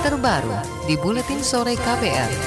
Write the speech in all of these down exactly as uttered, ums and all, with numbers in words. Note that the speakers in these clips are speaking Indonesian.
terbaru di Buletin Sore K B R.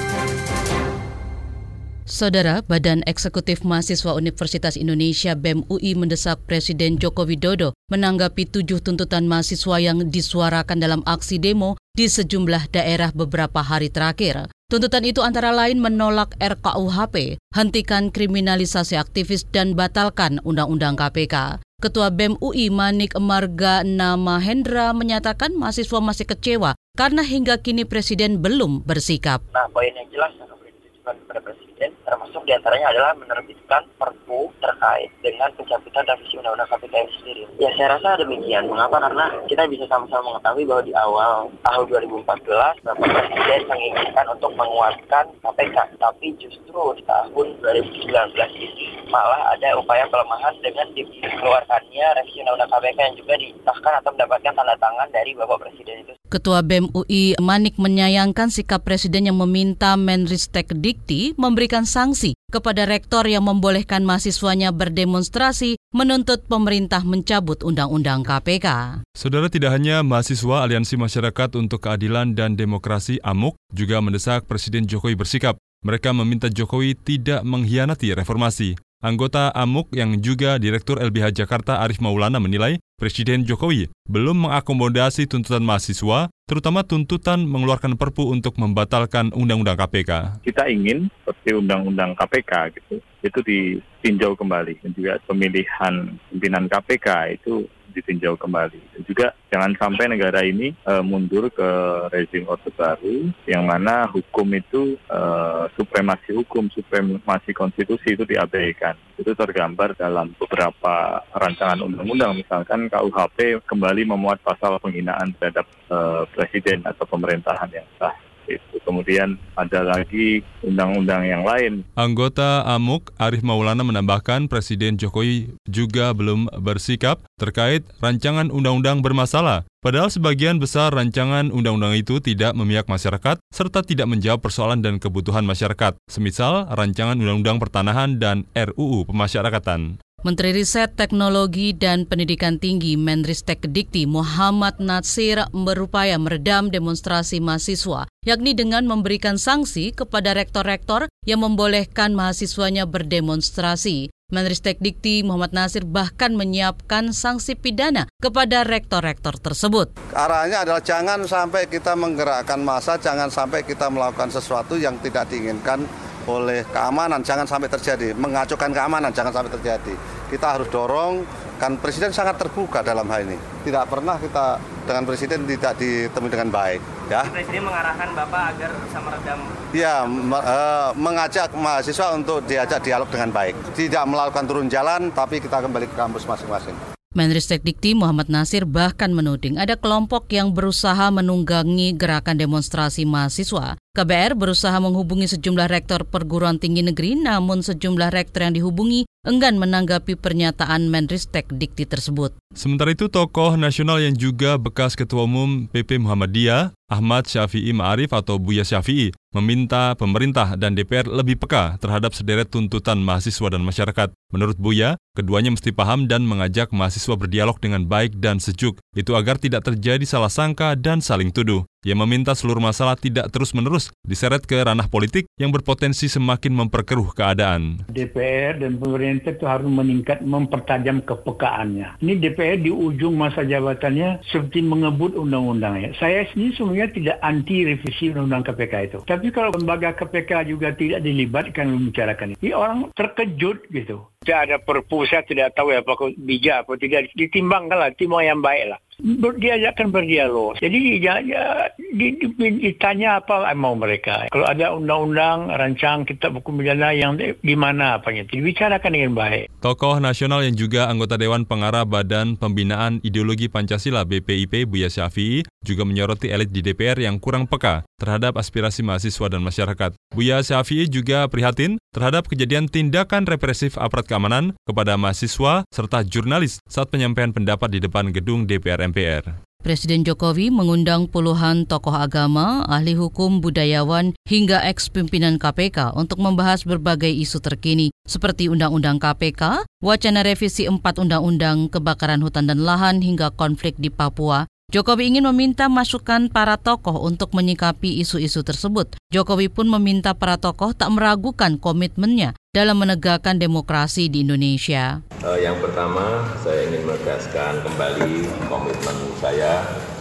Saudara, Badan Eksekutif Mahasiswa Universitas Indonesia B E M U I mendesak Presiden Joko Widodo menanggapi tujuh tuntutan mahasiswa yang disuarakan dalam aksi demo di sejumlah daerah beberapa hari terakhir. Tuntutan itu antara lain menolak R K U H P, hentikan kriminalisasi aktivis dan batalkan Undang-Undang K P K. Ketua B E M U I Manik Marga Namahendra menyatakan mahasiswa masih kecewa karena hingga kini Presiden belum bersikap. Nah, poin yang jelas yang ditujukan kepada Presiden termasuk diantaranya adalah menerbitkan Perpu terkait dengan pencabutan revisi Undang-Undang K P K itu sendiri. Ya, saya rasa demikian. Mengapa? Karena kita bisa sama-sama mengetahui bahwa di awal tahun dua ribu empat belas Bapak Presiden menginginkan untuk menguatkan K P K, tapi justru di tahun dua ribu sembilan belas ini malah ada upaya pelemahan dengan dikeluarkannya revisi Undang-Undang K P K yang juga disahkan atau mendapatkan tanda tangan dari Bapak Presiden itu. Ketua B E M U I Manik menyayangkan sikap Presiden yang meminta Menristek Dikti memberikan sanksi kepada rektor yang membolehkan mahasiswanya berdemonstrasi menuntut pemerintah mencabut Undang-Undang K P K. Saudara, tidak hanya mahasiswa, Aliansi Masyarakat untuk Keadilan dan Demokrasi A M U K juga mendesak Presiden Jokowi bersikap. Mereka meminta Jokowi tidak mengkhianati reformasi. Anggota A M U K yang juga Direktur L B H Jakarta Arif Maulana menilai Presiden Jokowi belum mengakomodasi tuntutan mahasiswa, terutama tuntutan mengeluarkan Perpu untuk membatalkan Undang-Undang K P K. Kita ingin seperti Undang-Undang K P K gitu, itu ditinjau kembali. Dan juga pemilihan pimpinan K P K itu ditinjau kembali. Dan juga jangan sampai negara ini e, mundur ke rezim Orde Baru, yang mana hukum itu e, supremasi hukum, supremasi konstitusi itu diabaikan. Itu tergambar dalam beberapa rancangan undang-undang, misalkan K U H P kembali memuat pasal penghinaan terhadap e, presiden atau pemerintahan yang sah. Itu. Kemudian ada lagi undang-undang yang lain. Anggota A M U K Arif Maulana menambahkan Presiden Jokowi juga belum bersikap terkait rancangan undang-undang bermasalah. Padahal sebagian besar rancangan undang-undang itu tidak memihak masyarakat serta tidak menjawab persoalan dan kebutuhan masyarakat. Semisal rancangan undang-undang pertanahan dan R U U pemasyarakatan. Menteri Riset, Teknologi, dan Pendidikan Tinggi Menristek Dikti Muhammad Natsir berupaya meredam demonstrasi mahasiswa, yakni dengan memberikan sanksi kepada rektor-rektor yang membolehkan mahasiswanya berdemonstrasi. Menristek Dikti Muhammad Natsir bahkan menyiapkan sanksi pidana kepada rektor-rektor tersebut. Arahnya adalah jangan sampai kita menggerakkan massa, jangan sampai kita melakukan sesuatu yang tidak diinginkan oleh keamanan, jangan sampai terjadi, mengacaukan keamanan, jangan sampai terjadi. Kita harus dorong, kan Presiden sangat terbuka dalam hal ini. Tidak pernah kita dengan Presiden tidak ditemui dengan baik. Ya. Presiden mengarahkan Bapak agar bisa meredam. Ya, me- uh, mengajak mahasiswa untuk diajak dialog dengan baik. Tidak melakukan turun jalan, tapi kita kembali ke kampus masing-masing. Menristek Dikti Muhammad Natsir bahkan menuding ada kelompok yang berusaha menunggangi gerakan demonstrasi mahasiswa. K B R berusaha menghubungi sejumlah rektor perguruan tinggi negeri, namun sejumlah rektor yang dihubungi enggan menanggapi pernyataan Menristek Dikti tersebut. Sementara itu, tokoh nasional yang juga bekas Ketua Umum P P Muhammadiyah, Ahmad Syafi'i Ma'arif atau Buya Syafi'i, meminta pemerintah dan D P R lebih peka terhadap sederet tuntutan mahasiswa dan masyarakat. Menurut Buya, keduanya mesti paham dan mengajak mahasiswa berdialog dengan baik dan sejuk, itu agar tidak terjadi salah sangka dan saling tuduh. Ia meminta seluruh masalah tidak terus-menerus diseret ke ranah politik yang berpotensi semakin memperkeruh keadaan. D P R dan pemerintah itu harus meningkat, mempertajam kepekaannya. Ini D P R di ujung masa jabatannya seperti mengebut undang-undangnya. Saya sendiri sebenarnya tidak anti revisi undang-undang K P K itu. Tapi kalau lembaga K P K juga tidak dilibatkan membicarakan ini, orang terkejut gitu. Tidak ada perpu, saya tidak tahu ya apakah bijak atau tidak. Ditimbangkanlah, timbang yang baik lah. Diajakkan berdialog. Jadi ya, ya, ditanya apa mau mereka. Kalau ada undang-undang, rancang kitab hukum pidana yang di mana apanya, dibicarakan dengan baik. Tokoh nasional yang juga anggota Dewan Pengarah Badan Pembinaan Ideologi Pancasila B P I P Buya Syafi'i juga menyoroti elit di D P R yang kurang peka terhadap aspirasi mahasiswa dan masyarakat. Buya Syafi'i juga prihatin terhadap kejadian tindakan represif aparat keamanan kepada mahasiswa serta jurnalis saat penyampaian pendapat di depan gedung D P R M P R. Presiden Jokowi mengundang puluhan tokoh agama, ahli hukum, budayawan, hingga eks-pimpinan K P K untuk membahas berbagai isu terkini, seperti Undang-Undang K P K, wacana revisi empat Undang-Undang Kebakaran Hutan dan Lahan, hingga konflik di Papua. Jokowi ingin meminta masukan para tokoh untuk menyikapi isu-isu tersebut. Jokowi pun meminta para tokoh tak meragukan komitmennya dalam menegakkan demokrasi di Indonesia. Uh, yang pertama, saya ingin menegaskan kembali komitmen saya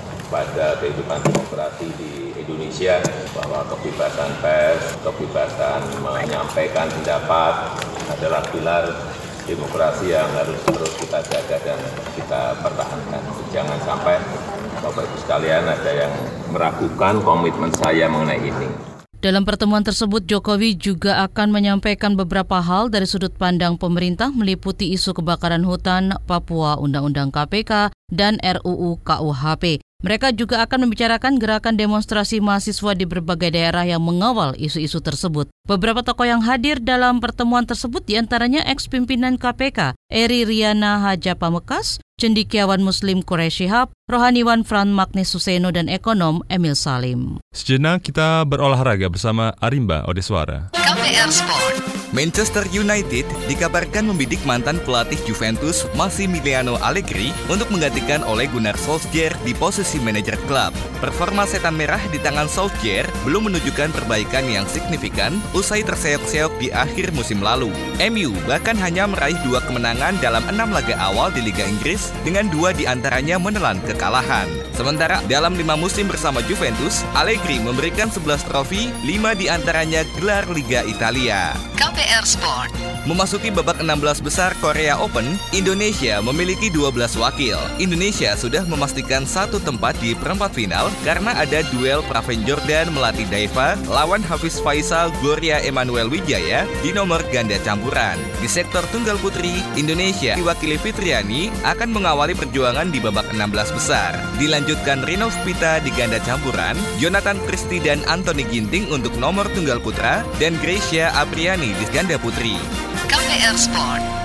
pada kehidupan demokrasi di Indonesia, bahwa kebebasan pers, kebebasan menyampaikan pendapat adalah pilar demokrasi yang harus terus kita jaga dan kita pertahankan. Jangan sampai Bapak Ibu sekalian ada yang meragukan komitmen saya mengenai ini. Dalam pertemuan tersebut, Jokowi juga akan menyampaikan beberapa hal dari sudut pandang pemerintah meliputi isu kebakaran hutan, Papua, Undang-Undang K P K, dan R U U K U H P. Mereka juga akan membicarakan gerakan demonstrasi mahasiswa di berbagai daerah yang mengawal isu-isu tersebut. Beberapa tokoh yang hadir dalam pertemuan tersebut diantaranya ex-pimpinan K P K, Eri Riana Haja Pamekas, cendekiawan Muslim Quraish Shihab, rohaniwan Frans Magnes Suseno, dan ekonom Emil Salim. Sejenak kita berolahraga bersama Arimba Odeswara. K P R Sport. Manchester United dikabarkan membidik mantan pelatih Juventus Massimiliano Allegri untuk menggantikan Ole Gunnar Solskjaer di posisi manajer klub. Performa setan merah di tangan Solskjaer belum menunjukkan perbaikan yang signifikan usai terseok-seok di akhir musim lalu. M U bahkan hanya meraih dua kemenangan dalam enam laga awal di Liga Inggris dengan dua diantaranya menelan kekalahan. Sementara dalam lima musim bersama Juventus, Allegri memberikan sebelas trofi, lima diantaranya gelar Liga Italia. K P R Sport. Memasuki babak enam belas besar Korea Open, Indonesia memiliki dua belas wakil. Indonesia sudah memastikan satu tempat di perempat final karena ada duel Praven Jordan Melati Daiva lawan Hafiz Faisal Gloria Emmanuel Wijaya di nomor ganda campuran. Di sektor tunggal putri, Indonesia diwakili Fitriani akan mengawali perjuangan di babak enam belas besar. Dilanjutkan Rino Pita di ganda campuran, Jonathan Christie dan Anthony Ginting untuk nomor tunggal putra, dan Gracia Apriani di ganda putri. K P R Sport.